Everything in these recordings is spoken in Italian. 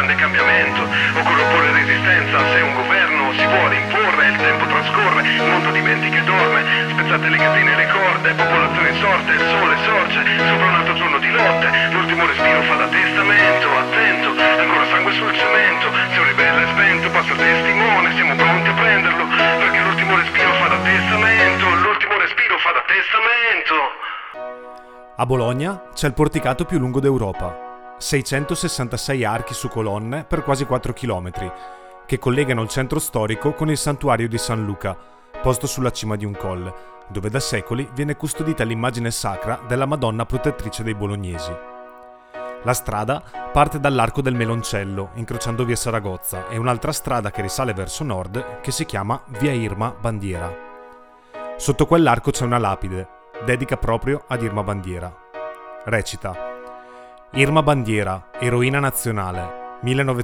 grande cambiamento. Occorre opporre resistenza se un governo si vuole imporre. Il tempo trascorre, il mondo dimentica e dorme. Spezzate le catene e le corde, popolazione insorte, il sole sorge sopra un altro giorno di lotte. L'ultimo respiro fa da testamento. Attento, ancora sangue sul cemento. Se un ribelle è spento passa il testimone. Siamo pronti a prenderlo, perché l'ultimo respiro fa da testamento. L'ultimo respiro fa da testamento. A Bologna c'è il porticato più lungo d'Europa, 666 archi su colonne per quasi 4 chilometri, che collegano il centro storico con il santuario di San Luca, posto sulla cima di un colle, dove da secoli viene custodita l'immagine sacra della Madonna protettrice dei bolognesi. La strada parte dall'Arco del Meloncello, incrociando via Saragozza, e un'altra strada che risale verso nord, che si chiama via Irma Bandiera. Sotto quell'arco c'è una lapide, dedica proprio ad Irma Bandiera. Recita: Irma Bandiera, eroina nazionale,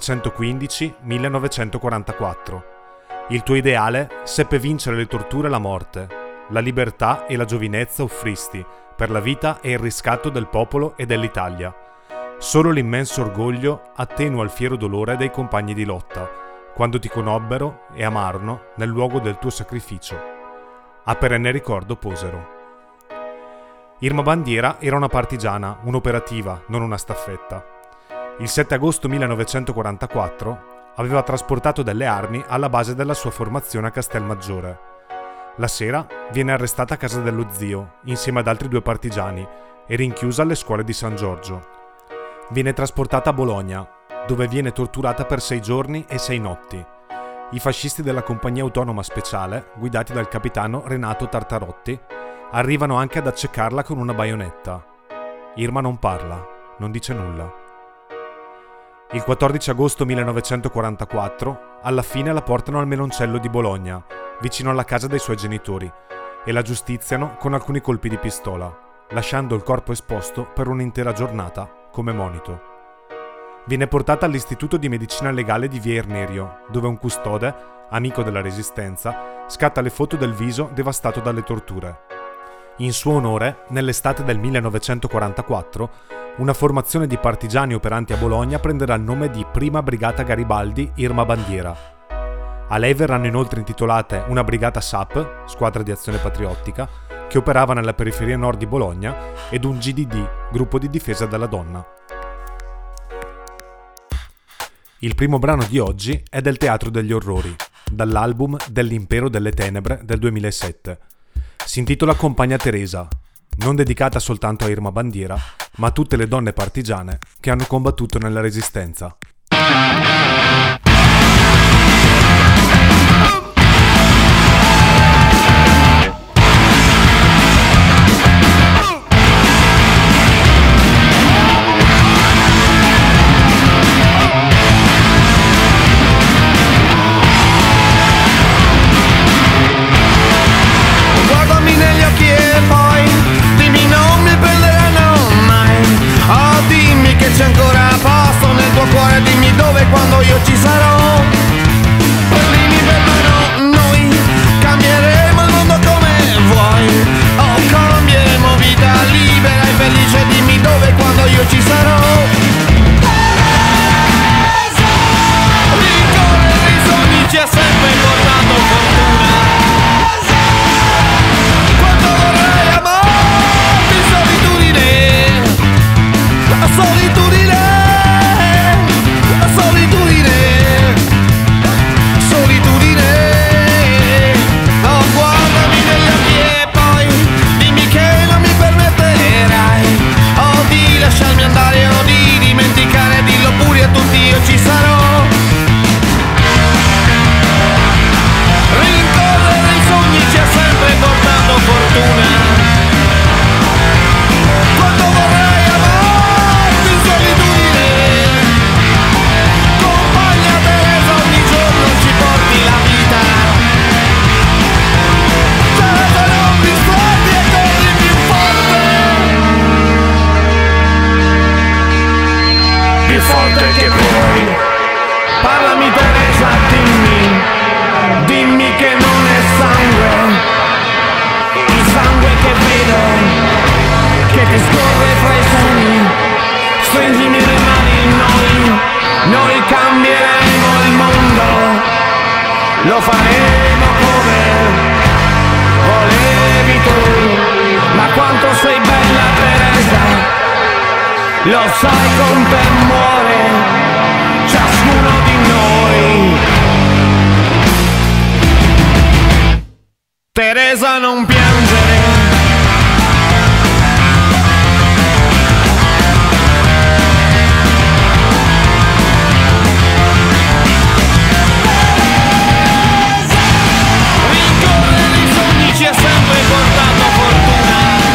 1915-1944. Il tuo ideale seppe vincere le torture e la morte. La libertà e la giovinezza offristi per la vita e il riscatto del popolo e dell'Italia. Solo l'immenso orgoglio attenua il fiero dolore dei compagni di lotta, quando ti conobbero e amarono nel luogo del tuo sacrificio. A perenne ricordo posero. Irma Bandiera era una partigiana, un'operativa, non una staffetta. Il 7 agosto 1944 aveva trasportato delle armi alla base della sua formazione a Castelmaggiore. La sera viene arrestata a casa dello zio, insieme ad altri 2 partigiani, e rinchiusa alle scuole di San Giorgio. Viene trasportata a Bologna, dove viene torturata per 6 giorni e 6 notti. I fascisti della compagnia autonoma speciale, guidati dal capitano Renato Tartarotti, arrivano anche ad accecarla con una baionetta. Irma non parla, non dice nulla. Il 14 agosto 1944, alla fine la portano al Meloncello di Bologna, vicino alla casa dei suoi genitori, e la giustiziano con alcuni colpi di pistola, lasciando il corpo esposto per un'intera giornata come monito. Viene portata all'Istituto di Medicina Legale di Via Irnerio, dove un custode, amico della Resistenza, scatta le foto del viso devastato dalle torture. In suo onore, nell'estate del 1944, una formazione di partigiani operanti a Bologna prenderà il nome di Prima Brigata Garibaldi Irma Bandiera. A lei verranno inoltre intitolate una brigata SAP, Squadra di Azione Patriottica, che operava nella periferia nord di Bologna, ed un GDD, Gruppo di Difesa della Donna. Il primo brano di oggi è del Teatro degli Orrori, dall'album Dell'Impero delle Tenebre del 2007. Si intitola Compagna Teresa, non dedicata soltanto a Irma Bandiera, ma a tutte le donne partigiane che hanno combattuto nella Resistenza. C'è ancora posto nel tuo cuore, dimmi dove e quando io ci sarò. Berlini verranno, noi cambieremo il mondo come vuoi. Oh, cambieremo vita libera e felice, dimmi dove e quando io ci sarò. Rincorrere i sogni ci ha sempre portato fortuna. Quanto vorrei amarti in solitudine. Solitudine, solitudine, solitudine. Oh, guardami negli occhi e poi dimmi che non mi permetterai, oh, di lasciarmi andare o di dimenticare, dillo pure a tutti, io ci sarò. Rincorrere i sogni ci ha sempre portato fortuna. Quando vorrei amarti in solitudine, compagna Teresa, ogni giorno ci porti la vita. Teresa, non distrarti e corri più forte che puoi. Parlami Teresa, dimmi che non è sangue, il sangue che vedo, che ti scorre fra i sogni. Stringimi le mani, noi lo faremo come volevi tu. Ma quanto sei bella Teresa, lo sai, con te muore ciascuno di noi. Teresa, non piangere. Ci ha sempre portato fortuna.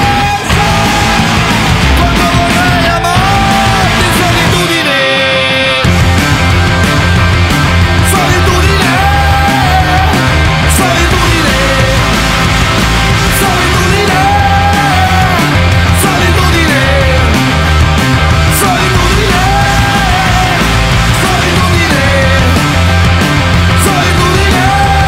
Quando vorrai amarti, solitudine, solitudine, solitudine, solitudine, solitudine, solitudine, solitudine, solitudine,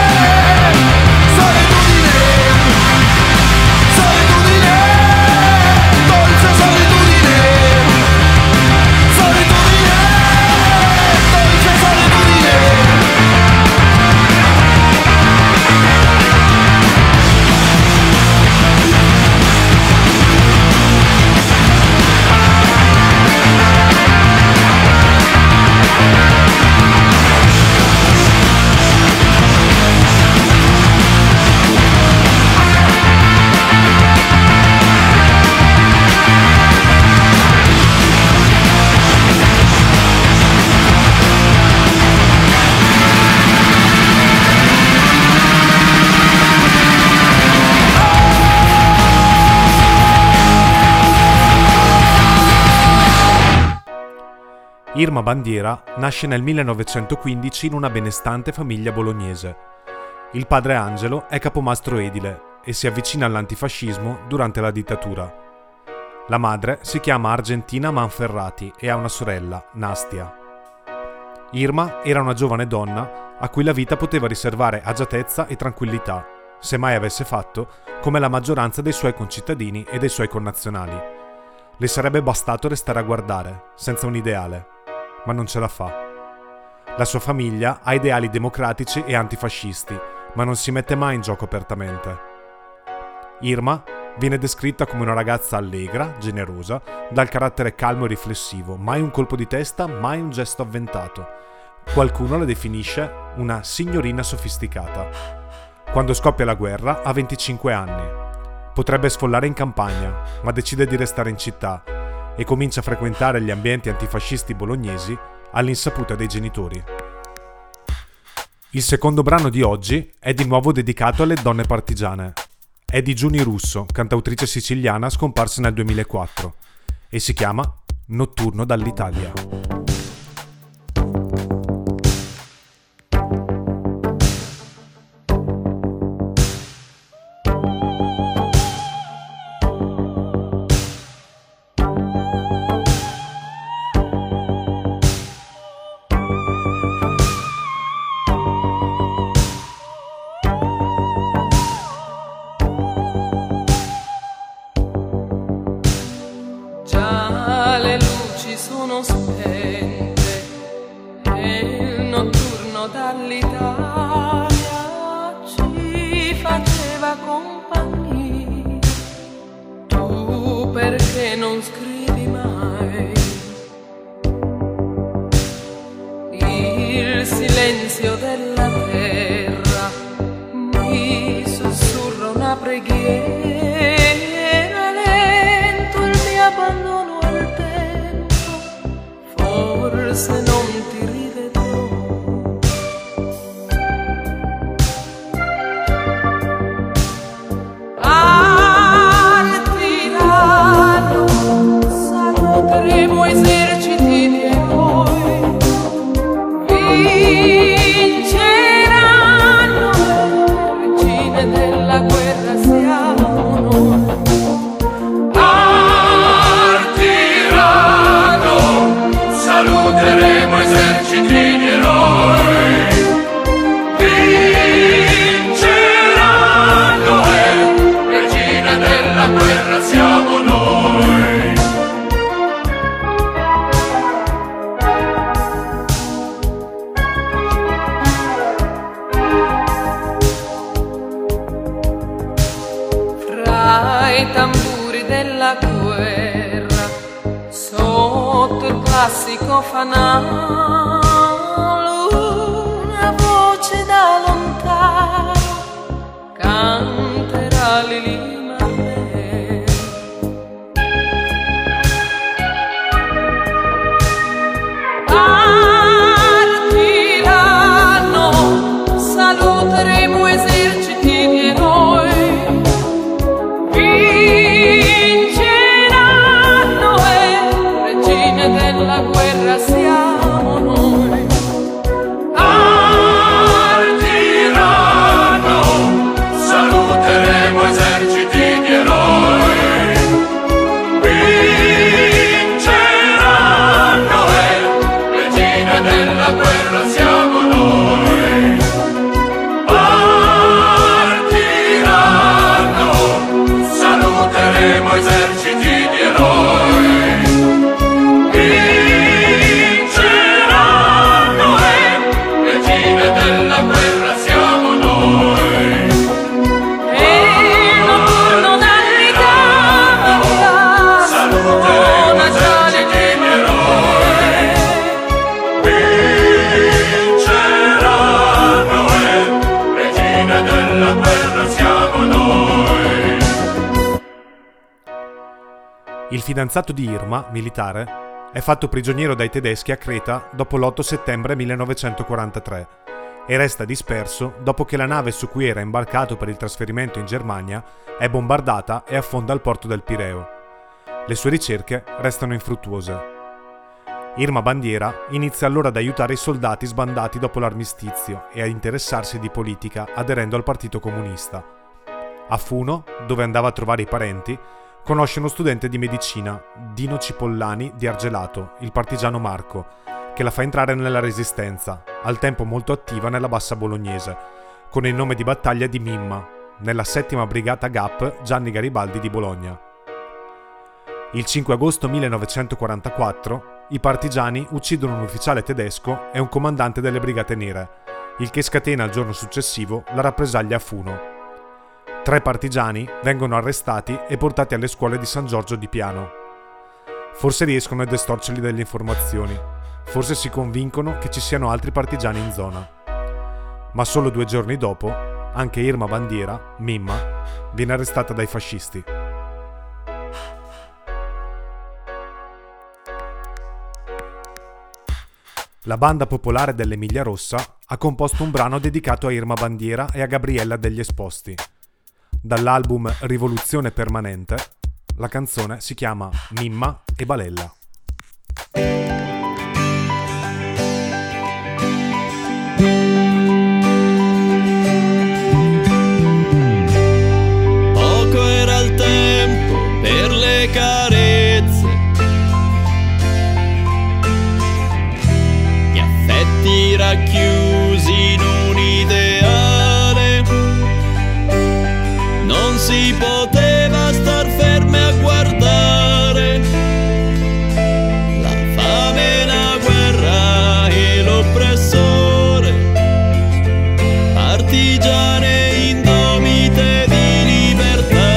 Irma Bandiera nasce nel 1915 in una benestante famiglia bolognese. Il padre Angelo è capomastro edile e si avvicina all'antifascismo durante la dittatura. La madre si chiama Argentina Manferrati e ha una sorella, Nastia. Irma era una giovane donna a cui la vita poteva riservare agiatezza e tranquillità, se mai avesse fatto come la maggioranza dei suoi concittadini e dei suoi connazionali. Le sarebbe bastato restare a guardare, senza un ideale. Ma non ce la fa. La sua famiglia ha ideali democratici e antifascisti, ma non si mette mai in gioco apertamente. Irma viene descritta come una ragazza allegra, generosa, dal carattere calmo e riflessivo, mai un colpo di testa, mai un gesto avventato. Qualcuno la definisce una signorina sofisticata. Quando scoppia la guerra ha 25 anni. Potrebbe sfollare in campagna, ma decide di restare in città e comincia a frequentare gli ambienti antifascisti bolognesi all'insaputa dei genitori. Il secondo brano di oggi è di nuovo dedicato alle donne partigiane. È di Giuni Russo, cantautrice siciliana scomparsa nel 2004, e si chiama Notturno dall'Italia. citofanò, una voce da lontano canterà l'Ilima a me. Partiranno, saluteremo eserciti di eroi. Della guerra siamo noi. Partiranno, saluteremo eserciti di eroi. Vinceranno regine della guerra siamo noi. Partiranno, saluteremo eserciti di eroi. Della guerra siamo noi. E non arriviamo, saluteremo eserciti di eroi. Vinceranno regine della guerra siamo noi. Il fidanzato di Irma, militare, è fatto prigioniero dai tedeschi a Creta dopo l'8 settembre 1943 e resta disperso dopo che la nave su cui era imbarcato per il trasferimento in Germania è bombardata e affonda al porto del Pireo. Le sue ricerche restano infruttuose. Irma Bandiera inizia allora ad aiutare i soldati sbandati dopo l'armistizio e a interessarsi di politica aderendo al Partito Comunista. A Funo, dove andava a trovare i parenti, conosce uno studente di medicina, Dino Cipollani di Argelato, il partigiano Marco, che la fa entrare nella Resistenza, al tempo molto attiva nella Bassa Bolognese, con il nome di battaglia di Mimma, nella 7ª Brigata GAP Gianni Garibaldi di Bologna. Il 5 agosto 1944 i partigiani uccidono un ufficiale tedesco e un comandante delle Brigate Nere, il che scatena il giorno successivo la rappresaglia a Funo. 3 partigiani vengono arrestati e portati alle scuole di San Giorgio di Piano. Forse riescono ad estorcerli delle informazioni, forse si convincono che ci siano altri partigiani in zona. Ma solo 2 giorni dopo, anche Irma Bandiera, Mimma, viene arrestata dai fascisti. La banda popolare dell'Emilia Rossa ha composto un brano dedicato a Irma Bandiera e a Gabriella degli Esposti. Dall'album Rivoluzione Permanente, la canzone si chiama Mimma e Balella. Poco era il tempo per le carezze, gli affetti racchiusi in un ideale. Non si poteva star fermi a guardare la fame, la guerra e l'oppressore, partigiane indomite di libertà.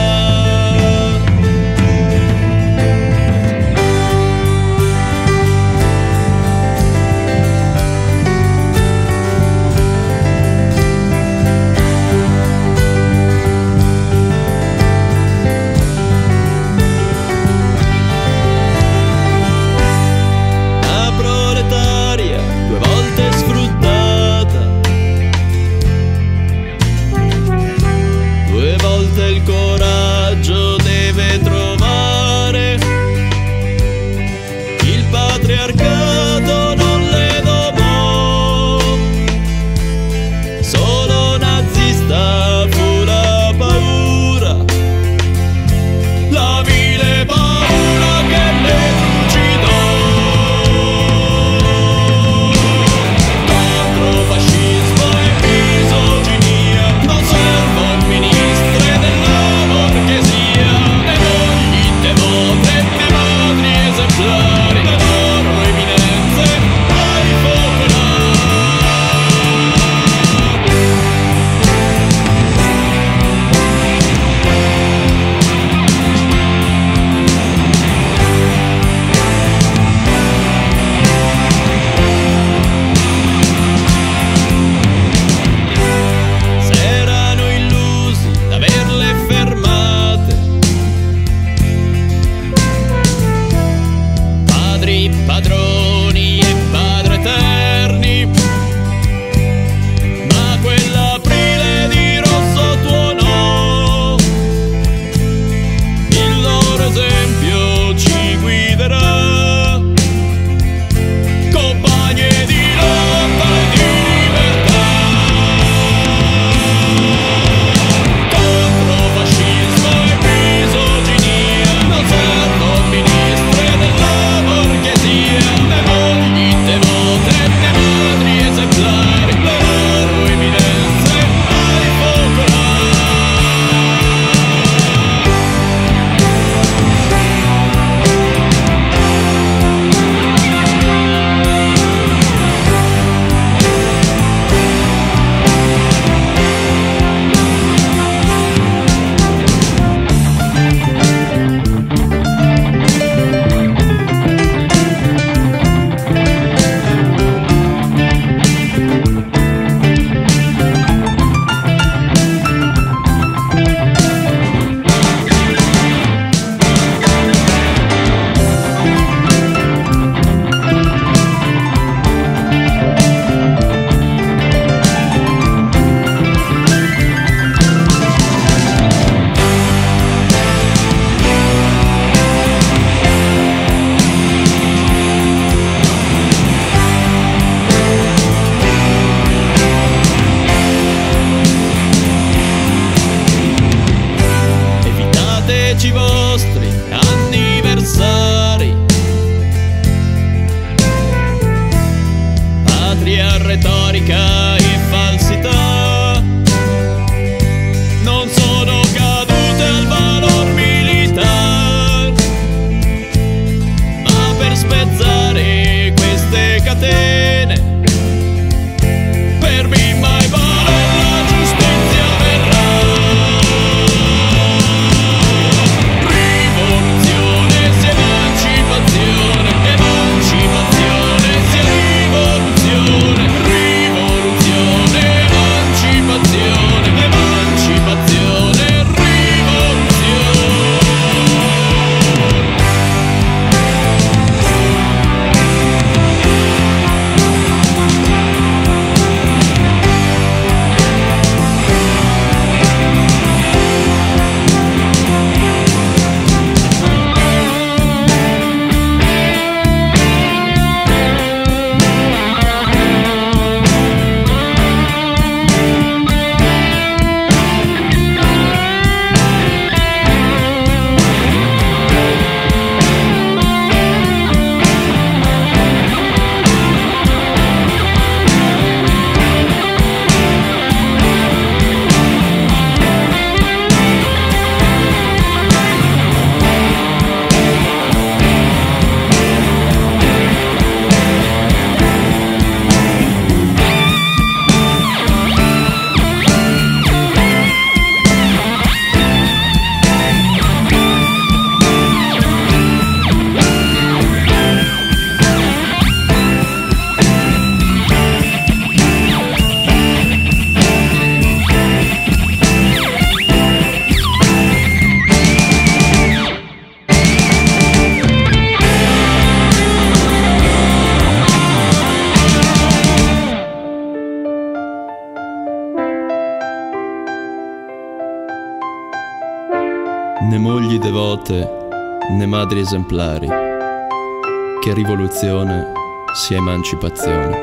né mogli devote, né madri esemplari. Che rivoluzione sia emancipazione.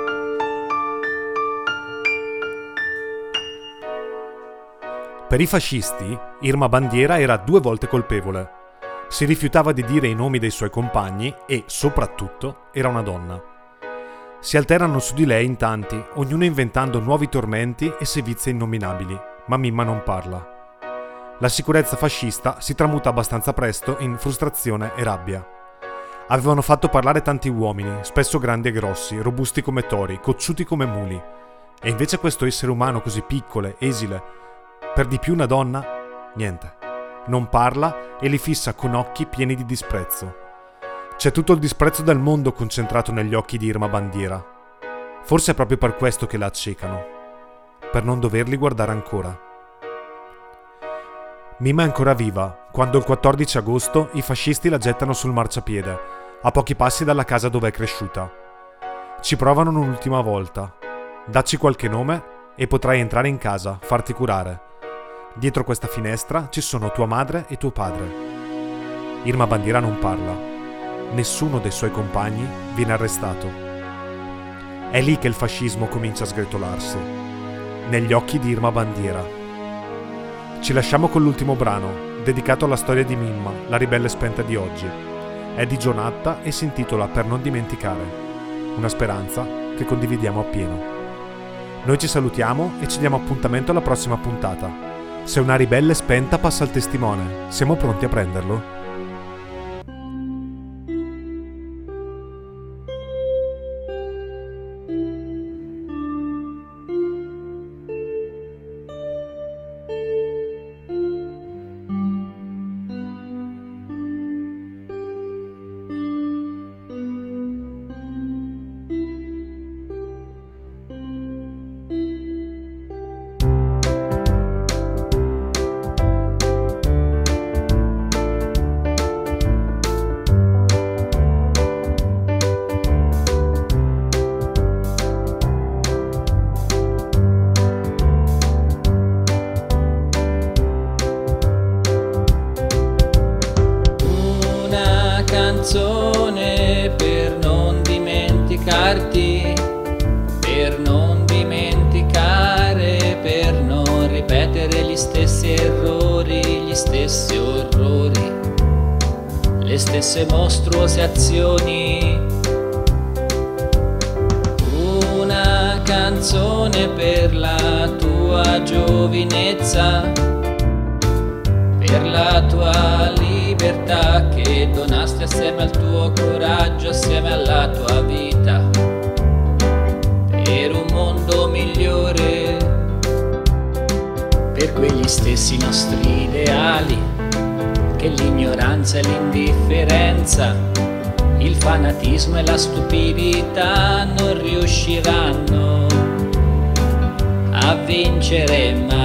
Per i fascisti, Irma Bandiera era 2 volte colpevole. Si rifiutava di dire i nomi dei suoi compagni e, soprattutto, era una donna. Si alternano su di lei in tanti, ognuno inventando nuovi tormenti e sevizie innominabili, ma Mimma non parla. La sicurezza fascista si tramuta abbastanza presto in frustrazione e rabbia. Avevano fatto parlare tanti uomini, spesso grandi e grossi, robusti come tori, cocciuti come muli. E invece questo essere umano così piccolo, esile, per di più una donna? Niente. Non parla e li fissa con occhi pieni di disprezzo. C'è tutto il disprezzo del mondo concentrato negli occhi di Irma Bandiera. Forse è proprio per questo che la accecano. Per non doverli guardare ancora. Mimma è ancora viva, quando il 14 agosto i fascisti la gettano sul marciapiede, a pochi passi dalla casa dove è cresciuta. Ci provano un'ultima volta. Dacci qualche nome e potrai entrare in casa, farti curare. Dietro questa finestra ci sono tua madre e tuo padre. Irma Bandiera non parla. Nessuno dei suoi compagni viene arrestato. È lì che il fascismo comincia a sgretolarsi. Negli occhi di Irma Bandiera. Ci lasciamo con l'ultimo brano, dedicato alla storia di Mimma, la ribelle spenta di oggi. È di Gionatta e si intitola Per non dimenticare. Una speranza che condividiamo appieno. Noi ci salutiamo e ci diamo appuntamento alla prossima puntata. Se una ribelle spenta passa il testimone, siamo pronti a prenderlo? Canzone per non dimenticarti, per non dimenticare, per non ripetere gli stessi errori, gli stessi orrori, le stesse mostruose azioni. Una canzone per la tua giovinezza, per la tua libertà che donaste assieme al tuo coraggio, assieme alla tua vita, per un mondo migliore, per quegli stessi nostri ideali che l'ignoranza e l'indifferenza, il fanatismo e la stupidità non riusciranno a vincere mai.